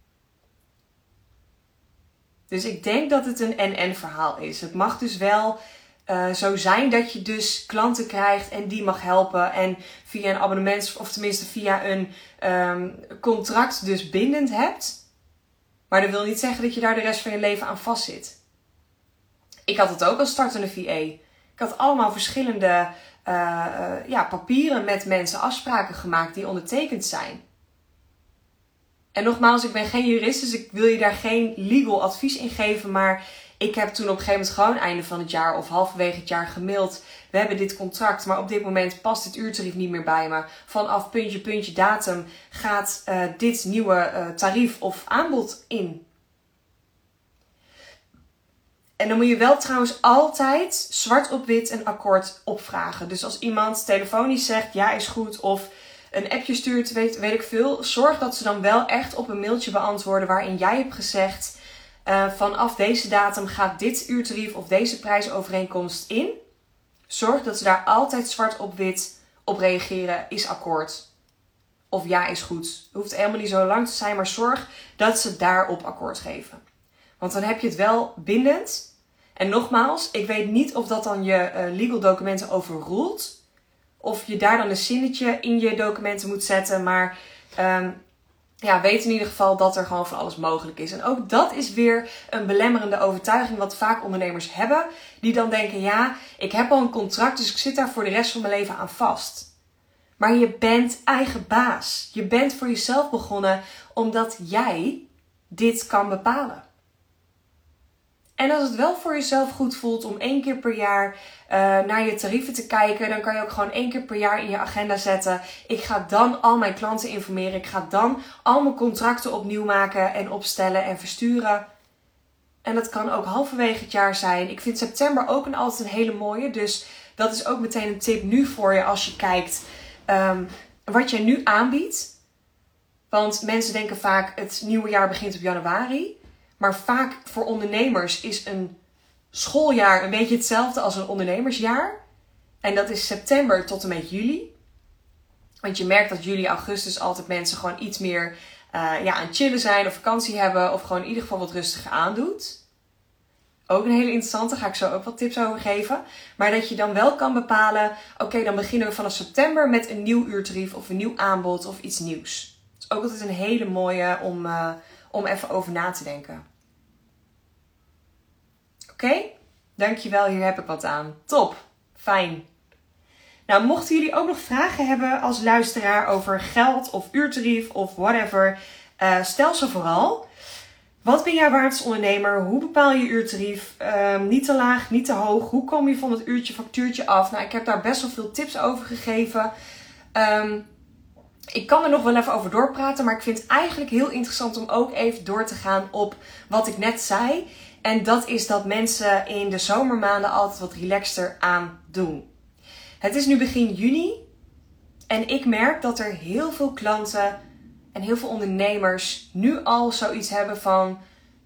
Dus ik denk dat het een en-en verhaal is. Het mag dus wel zo zijn dat je dus klanten krijgt en die mag helpen. En via een abonnement, of tenminste via een contract dus bindend hebt. Maar dat wil niet zeggen dat je daar de rest van je leven aan vastzit. Ik had het ook als startende VA. Ik had allemaal verschillende papieren met mensen, afspraken gemaakt die ondertekend zijn. En nogmaals, ik ben geen jurist, dus ik wil je daar geen legal advies in geven. Maar ik heb toen op een gegeven moment gewoon einde van het jaar of halverwege het jaar gemaild. We hebben dit contract, maar op dit moment past het uurtarief niet meer bij me. Vanaf puntje, puntje, datum gaat dit nieuwe tarief of aanbod in. En dan moet je wel trouwens altijd zwart op wit een akkoord opvragen. Dus als iemand telefonisch zegt ja is goed of een appje stuurt, weet ik veel. Zorg dat ze dan wel echt op een mailtje beantwoorden waarin jij hebt gezegd vanaf deze datum gaat dit uurtarief of deze prijsovereenkomst in. Zorg dat ze daar altijd zwart op wit op reageren. Is akkoord. Of ja is goed. Het hoeft helemaal niet zo lang te zijn, maar zorg dat ze daarop akkoord geven. Want dan heb je het wel bindend. En nogmaals, ik weet niet of dat dan je legal documenten overroelt. Of je daar dan een zinnetje in je documenten moet zetten. Maar weet in ieder geval dat er gewoon van alles mogelijk is. En ook dat is weer een belemmerende overtuiging wat vaak ondernemers hebben. Die dan denken, ja, ik heb al een contract, dus ik zit daar voor de rest van mijn leven aan vast. Maar je bent eigen baas. Je bent voor jezelf begonnen omdat jij dit kan bepalen. En als het wel voor jezelf goed voelt om 1 keer per jaar naar je tarieven te kijken, dan kan je ook gewoon 1 keer per jaar in je agenda zetten. Ik ga dan al mijn klanten informeren. Ik ga dan al mijn contracten opnieuw maken en opstellen en versturen. En dat kan ook halverwege het jaar zijn. Ik vind september ook altijd een hele mooie. Dus dat is ook meteen een tip nu voor je als je kijkt wat jij nu aanbiedt. Want mensen denken vaak het nieuwe jaar begint op januari. Maar vaak voor ondernemers is een schooljaar een beetje hetzelfde als een ondernemersjaar. En dat is september tot en met juli. Want je merkt dat juli, augustus altijd mensen gewoon iets meer aan het chillen zijn of vakantie hebben. Of gewoon in ieder geval wat rustiger aandoet. Ook een hele interessante, ga ik zo ook wat tips over geven. Maar dat je dan wel kan bepalen, oké, dan beginnen we vanaf september met een nieuw uurtarief of een nieuw aanbod of iets nieuws. Dat is ook altijd een hele mooie om even over na te denken. Oké? Dankjewel, hier heb ik wat aan. Top, fijn. Nou, mochten jullie ook nog vragen hebben als luisteraar over geld of uurtarief of whatever, stel ze vooral. Wat ben jij waard als ondernemer? Hoe bepaal je uurtarief? Niet te laag, niet te hoog. Hoe kom je van het uurtje factuurtje af? Nou, ik heb daar best wel veel tips over gegeven. Ik kan er nog wel even over doorpraten, maar ik vind het eigenlijk heel interessant om ook even door te gaan op wat ik net zei. En dat is dat mensen in de zomermaanden altijd wat relaxter aan doen. Het is nu begin juni en ik merk dat er heel veel klanten en heel veel ondernemers nu al zoiets hebben van,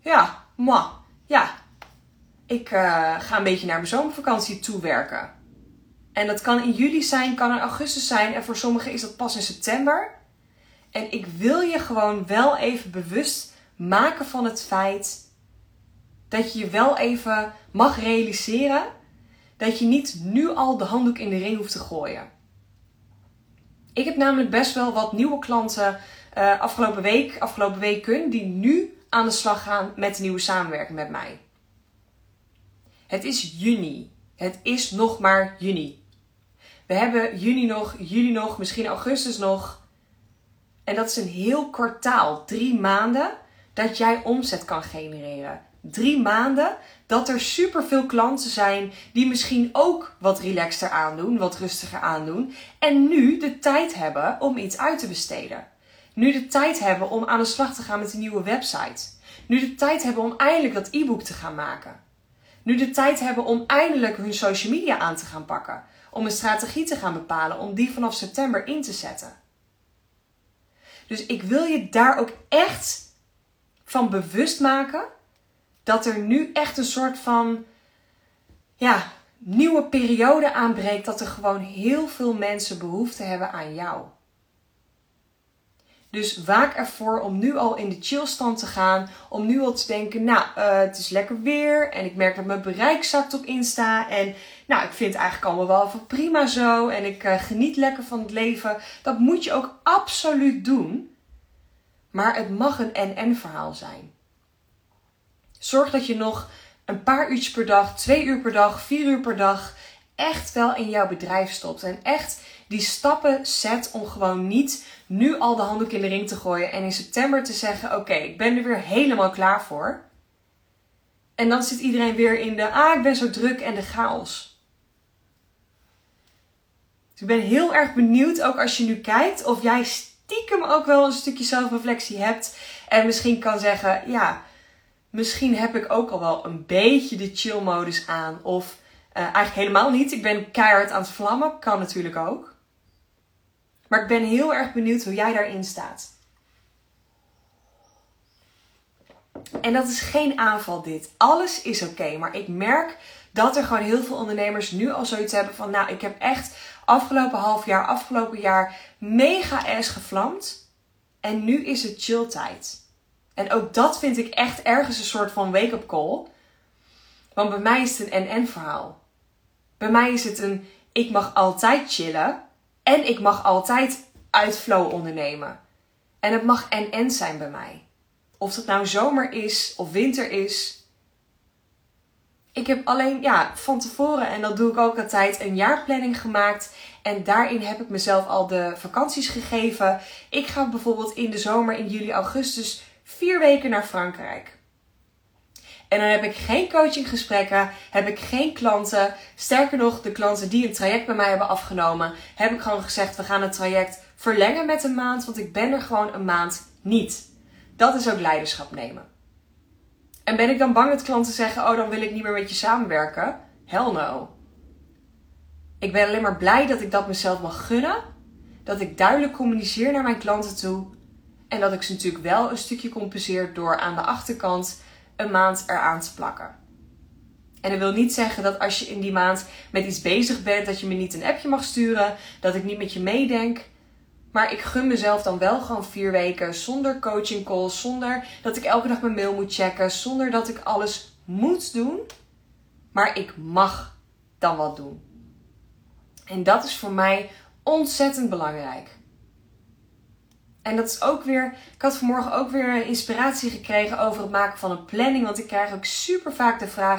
ik ga een beetje naar mijn zomervakantie toewerken. En dat kan in juli zijn, kan in augustus zijn en voor sommigen is dat pas in september. En ik wil je gewoon wel even bewust maken van het feit dat je je wel even mag realiseren dat je niet nu al de handdoek in de ring hoeft te gooien. Ik heb namelijk best wel wat nieuwe klanten afgelopen weken die nu aan de slag gaan met de nieuwe samenwerking met mij. Het is juni. Het is nog maar juni. We hebben juni nog, juli nog, misschien augustus nog. En dat is een heel kwartaal, 3 maanden, dat jij omzet kan genereren. 3 maanden dat er superveel klanten zijn die misschien ook wat relaxter aandoen, wat rustiger aandoen. En nu de tijd hebben om iets uit te besteden. Nu de tijd hebben om aan de slag te gaan met een nieuwe website. Nu de tijd hebben om eindelijk dat e-book te gaan maken. Nu de tijd hebben om eindelijk hun social media aan te gaan pakken. Om een strategie te gaan bepalen, om die vanaf september in te zetten. Dus ik wil je daar ook echt van bewust maken dat er nu echt een soort van nieuwe periode aanbreekt. Dat er gewoon heel veel mensen behoefte hebben aan jou. Dus waak ervoor om nu al in de chillstand te gaan. Om nu al te denken, het is lekker weer. En ik merk dat mijn bereik zakt op Insta. En ik vind het eigenlijk allemaal wel even prima zo. En ik geniet lekker van het leven. Dat moet je ook absoluut doen. Maar het mag een en-en verhaal zijn. Zorg dat je nog een paar uurtjes per dag, 2 uur per dag, 4 uur per dag echt wel in jouw bedrijf stopt. En echt die stappen zet om gewoon niet nu al de handdoek in de ring te gooien. En in september te zeggen, oké, ik ben er weer helemaal klaar voor. En dan zit iedereen weer in de, ik ben zo druk en de chaos. Dus ik ben heel erg benieuwd, ook als je nu kijkt, of jij stiekem ook wel een stukje zelfreflectie hebt. En misschien kan zeggen, misschien heb ik ook al wel een beetje de chill modus aan. Of eigenlijk helemaal niet. Ik ben keihard aan het vlammen. Kan natuurlijk ook. Maar ik ben heel erg benieuwd hoe jij daarin staat. En dat is geen aanval dit. Alles is oké. Maar ik merk dat er gewoon heel veel ondernemers nu al zoiets hebben van, ik heb echt afgelopen jaar mega ass gevlamd. En nu is het chill tijd. En ook dat vind ik echt ergens een soort van wake-up call. Want bij mij is het een en-en verhaal. Bij mij is het een, ik mag altijd chillen. En ik mag altijd uit flow ondernemen. En het mag en-en zijn bij mij. Of dat nou zomer is of winter is. Ik heb alleen van tevoren, en dat doe ik ook altijd, een jaarplanning gemaakt. En daarin heb ik mezelf al de vakanties gegeven. Ik ga bijvoorbeeld in de zomer, in juli, augustus 4 weken naar Frankrijk. En dan heb ik geen coachinggesprekken, heb ik geen klanten. Sterker nog, de klanten die een traject bij mij hebben afgenomen, heb ik gewoon gezegd, we gaan het traject verlengen met een maand, want ik ben er gewoon een maand niet. Dat is ook leiderschap nemen. En ben ik dan bang dat klanten zeggen, dan wil ik niet meer met je samenwerken? Hell no. Ik ben alleen maar blij dat ik dat mezelf mag gunnen. Dat ik duidelijk communiceer naar mijn klanten toe. En dat ik ze natuurlijk wel een stukje compenseer door aan de achterkant een maand eraan te plakken. En dat wil niet zeggen dat als je in die maand met iets bezig bent, dat je me niet een appje mag sturen. Dat ik niet met je meedenk. Maar ik gun mezelf dan wel gewoon 4 weken zonder coaching calls. Zonder dat ik elke dag mijn mail moet checken. Zonder dat ik alles moet doen. Maar ik mag dan wat doen. En dat is voor mij ontzettend belangrijk. En dat is ook weer, ik had vanmorgen ook weer inspiratie gekregen over het maken van een planning. Want ik krijg ook super vaak de vraag,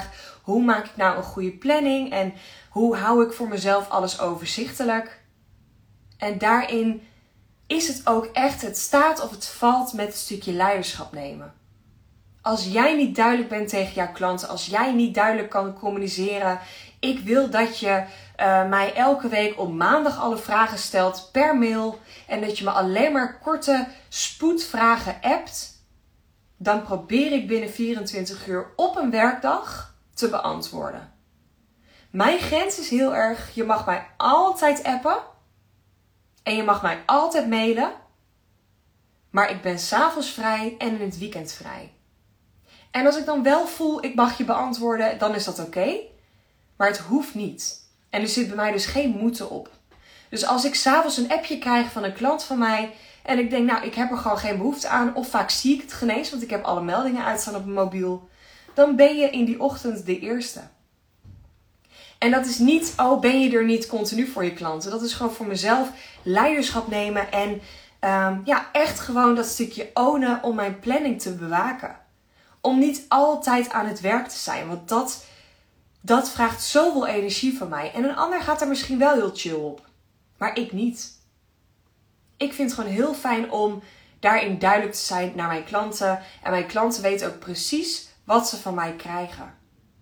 hoe maak ik nou een goede planning en hoe hou ik voor mezelf alles overzichtelijk. En daarin is het ook echt, het staat of het valt met een stukje leiderschap nemen. Als jij niet duidelijk bent tegen jouw klanten, als jij niet duidelijk kan communiceren, ik wil dat je mij elke week op maandag alle vragen stelt per mail en dat je me alleen maar korte spoedvragen appt, dan probeer ik binnen 24 uur op een werkdag te beantwoorden. Mijn grens is heel erg, je mag mij altijd appen en je mag mij altijd mailen, maar ik ben 's avonds vrij en in het weekend vrij. En als ik dan wel voel, ik mag je beantwoorden, dan is dat oké. Maar het hoeft niet. En er zit bij mij dus geen moeten op. Dus als ik 's avonds een appje krijg van een klant van mij en ik denk, nou, ik heb er gewoon geen behoefte aan, of vaak zie ik het geen eens, want ik heb alle meldingen uitstaan op mijn mobiel, dan ben je in die ochtend de eerste. En dat is niet, oh, ben je er niet continu voor je klanten. Dat is gewoon voor mezelf leiderschap nemen en echt gewoon dat stukje ownen om mijn planning te bewaken. Om niet altijd aan het werk te zijn, want dat vraagt zoveel energie van mij. En een ander gaat er misschien wel heel chill op, maar ik niet. Ik vind het gewoon heel fijn om daarin duidelijk te zijn naar mijn klanten. En mijn klanten weten ook precies wat ze van mij krijgen.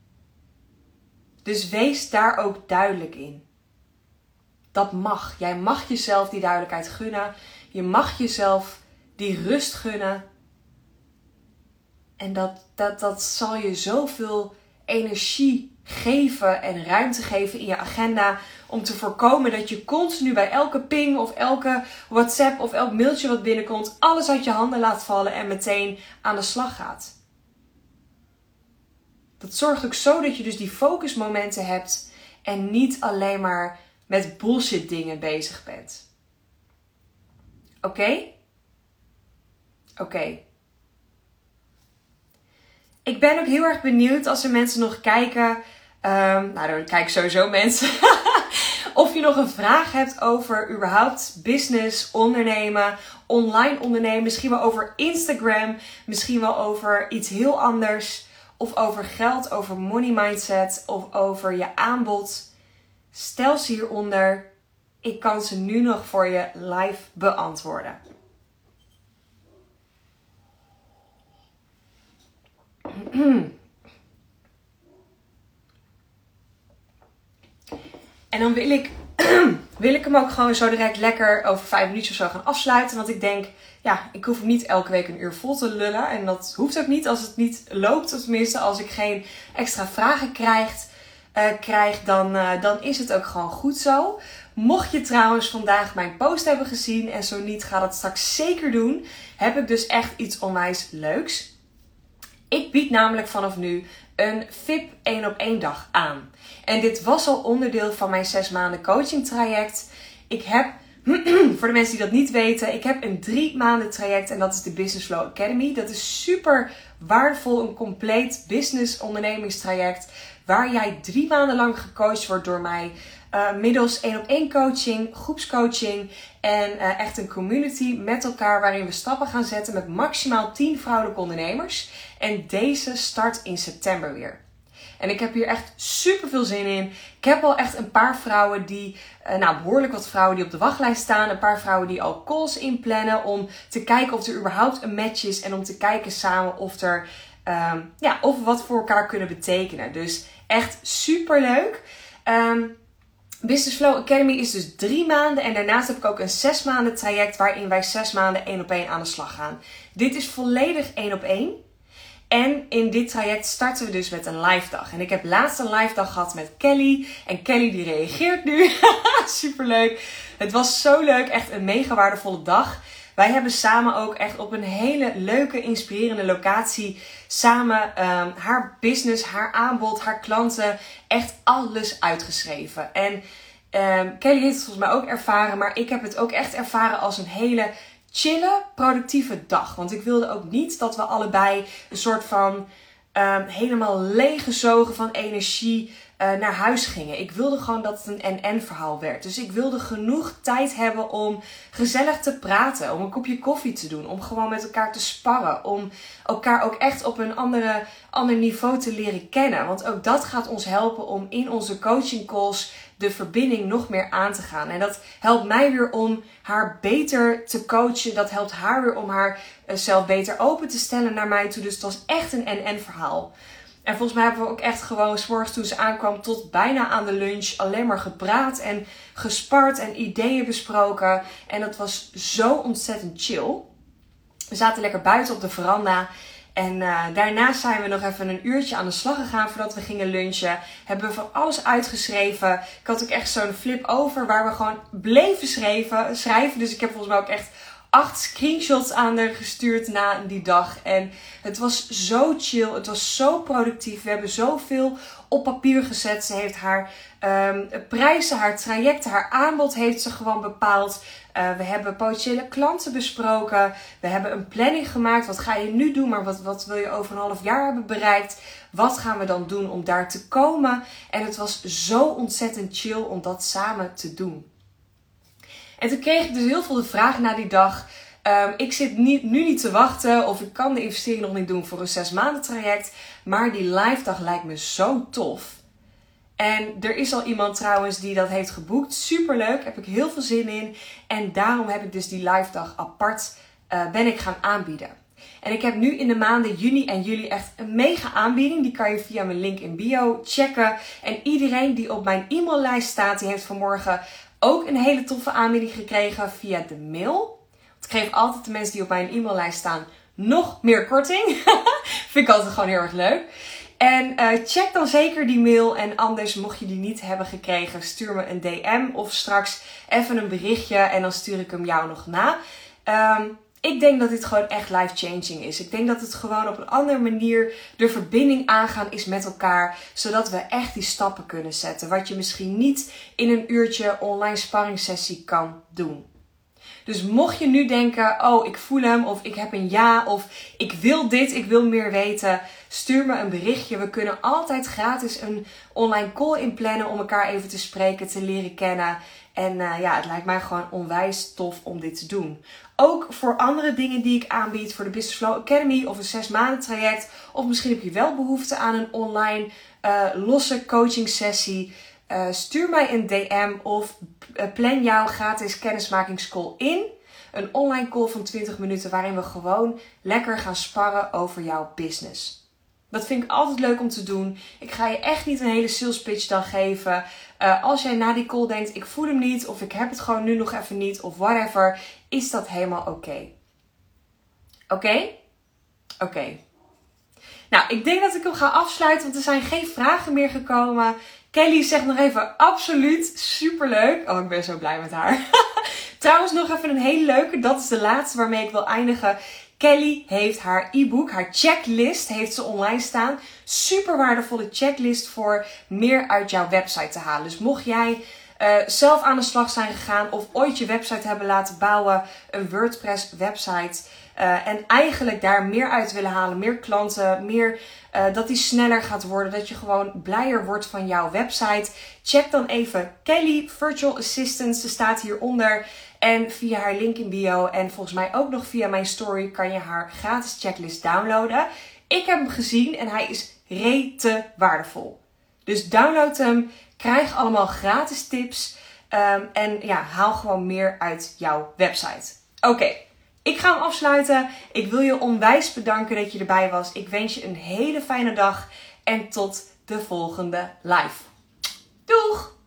Dus wees daar ook duidelijk in. Dat mag. Jij mag jezelf die duidelijkheid gunnen. Je mag jezelf die rust gunnen. En dat zal je zoveel energie geven en ruimte geven in je agenda. Om te voorkomen dat je continu bij elke ping of elke WhatsApp of elk mailtje wat binnenkomt, alles uit je handen laat vallen en meteen aan de slag gaat. Dat zorgt ook zo dat je dus die focusmomenten hebt en niet alleen maar met bullshit dingen bezig bent. Oké? Oké. Ik ben ook heel erg benieuwd als er mensen nog kijken. Dan kijken sowieso mensen. Of je nog een vraag hebt over überhaupt business, ondernemen, online ondernemen. Misschien wel over Instagram. Misschien wel over iets heel anders. Of over geld, over money mindset. Of over je aanbod. Stel ze hieronder. Ik kan ze nu nog voor je live beantwoorden. En dan wil ik hem ook gewoon zo direct lekker over 5 minuutjes of zo gaan afsluiten. Want ik denk, ik hoef hem niet elke week een uur vol te lullen. En dat hoeft ook niet als het niet loopt. Of tenminste, als ik geen extra vragen krijg, dan is het ook gewoon goed zo. Mocht je trouwens vandaag mijn post hebben gezien en zo niet, ga dat straks zeker doen. Heb ik dus echt iets onwijs leuks. Ik bied namelijk vanaf nu een VIP 1-op-1 dag aan. En dit was al onderdeel van mijn 6 maanden coaching traject. Ik heb, voor de mensen die dat niet weten, ik heb een 3 maanden traject en dat is de Business Flow Academy. Dat is super waardevol, een compleet business ondernemingstraject waar jij 3 maanden lang gecoacht wordt door mij. Middels 1-op-1 coaching, groepscoaching en echt een community met elkaar waarin we stappen gaan zetten met maximaal 10 vrouwelijke ondernemers. En deze start in september weer. En ik heb hier echt super veel zin in. Ik heb al echt een paar vrouwen behoorlijk wat vrouwen die op de wachtlijst staan. Een paar vrouwen die al calls inplannen om te kijken of er überhaupt een match is. En om te kijken samen of we wat voor elkaar kunnen betekenen. Dus echt super leuk. Business Flow Academy is dus 3 maanden en daarnaast heb ik ook een 6 maanden traject waarin wij 6 maanden 1-op-1 aan de slag gaan. Dit is volledig 1-op-1 en in dit traject starten we dus met een live dag. En ik heb laatst een live dag gehad met Kelly en Kelly die reageert nu. Superleuk. Het was zo leuk, echt een mega waardevolle dag. Wij hebben samen ook echt op een hele leuke, inspirerende locatie samen haar business, haar aanbod, haar klanten, echt alles uitgeschreven. En Kelly heeft het volgens mij ook ervaren, maar ik heb het ook echt ervaren als een hele chille, productieve dag. Want ik wilde ook niet dat we allebei een soort van helemaal leeggezogen van energie naar huis gingen. Ik wilde gewoon dat het een en-en verhaal werd. Dus ik wilde genoeg tijd hebben om gezellig te praten. Om een kopje koffie te doen. Om gewoon met elkaar te sparren. Om elkaar ook echt op een ander niveau te leren kennen. Want ook dat gaat ons helpen om in onze coaching calls de verbinding nog meer aan te gaan. En dat helpt mij weer om haar beter te coachen. Dat helpt haar weer om haar zelf beter open te stellen naar mij toe. Dus het was echt een en-en verhaal. En volgens mij hebben we ook echt gewoon 's morgens toen ze aankwam tot bijna aan de lunch alleen maar gepraat en gespart en ideeën besproken. En dat was zo ontzettend chill. We zaten lekker buiten op de veranda. En daarna zijn we nog even een uurtje aan de slag gegaan voordat we gingen lunchen. Hebben we van alles uitgeschreven. Ik had ook echt zo'n flip over waar we gewoon bleven schrijven. Dus ik heb volgens mij ook echt 8 screenshots aan haar gestuurd na die dag. En het was zo chill. Het was zo productief. We hebben zoveel op papier gezet. Ze heeft haar prijzen, haar trajecten, haar aanbod heeft ze gewoon bepaald. We hebben potentiële klanten besproken. We hebben een planning gemaakt. Wat ga je nu doen? Maar wat wil je over een half jaar hebben bereikt? Wat gaan we dan doen om daar te komen? En het was zo ontzettend chill om dat samen te doen. En toen kreeg ik dus heel veel de vraag na die dag. Ik zit nu niet te wachten of ik kan de investering nog niet doen voor een 6 maanden traject. Maar die live dag lijkt me zo tof. En er is al iemand trouwens die dat heeft geboekt. Superleuk, heb ik heel veel zin in. En daarom heb ik dus die live dag apart ben ik gaan aanbieden. En ik heb nu in de maanden juni en juli echt een mega aanbieding. Die kan je via mijn link in bio checken. En iedereen die op mijn e-maillijst staat, die heeft vanmorgen ook een hele toffe aanbieding gekregen via de mail. Want ik geef altijd de mensen die op mijn e-maillijst staan nog meer korting. Vind ik altijd gewoon heel erg leuk. En check dan zeker die mail. En anders, mocht je die niet hebben gekregen, stuur me een DM of straks even een berichtje. En dan stuur ik hem jou nog na. Ik denk dat dit gewoon echt life-changing is. Ik denk dat het gewoon op een andere manier de verbinding aangaan is met elkaar. Zodat we echt die stappen kunnen zetten. Wat je misschien niet in een uurtje online sparringssessie kan doen. Dus mocht je nu denken, oh ik voel hem of ik heb een ja of ik wil dit, ik wil meer weten. Stuur me een berichtje. We kunnen altijd gratis een online call inplannen om elkaar even te spreken, te leren kennen. En het lijkt mij gewoon onwijs tof om dit te doen. Ook voor andere dingen die ik aanbied, voor de Business Flow Academy of een 6 maanden traject. Of misschien heb je wel behoefte aan een online losse coaching sessie. Stuur mij een DM of plan jouw gratis kennismakingscall in. Een online call van 20 minuten waarin we gewoon lekker gaan sparren over jouw business. Dat vind ik altijd leuk om te doen. Ik ga je echt niet een hele sales pitch dan geven. Als jij na die call denkt, ik voel hem niet of ik heb het gewoon nu nog even niet of whatever, is dat helemaal oké. Oké? Oké. Nou, ik denk dat ik hem ga afsluiten, want er zijn geen vragen meer gekomen. Kelly zegt nog even absoluut superleuk. Oh, ik ben zo blij met haar. Trouwens, nog even een hele leuke. Dat is de laatste waarmee ik wil eindigen. Kelly heeft haar e-book, haar checklist heeft ze online staan. Super waardevolle checklist voor meer uit jouw website te halen. Dus mocht jij zelf aan de slag zijn gegaan of ooit je website hebben laten bouwen, een WordPress website, en eigenlijk daar meer uit willen halen, meer klanten, meer dat die sneller gaat worden, dat je gewoon blijer wordt van jouw website. Check dan even Kelly Virtual Assistant, ze staat hieronder. En via haar link in bio en volgens mij ook nog via mijn story kan je haar gratis checklist downloaden. Ik heb hem gezien en hij is rete waardevol. Dus download hem, krijg allemaal gratis tips en haal gewoon meer uit jouw website. Oké. Ik ga hem afsluiten. Ik wil je onwijs bedanken dat je erbij was. Ik wens je een hele fijne dag en tot de volgende live. Doeg!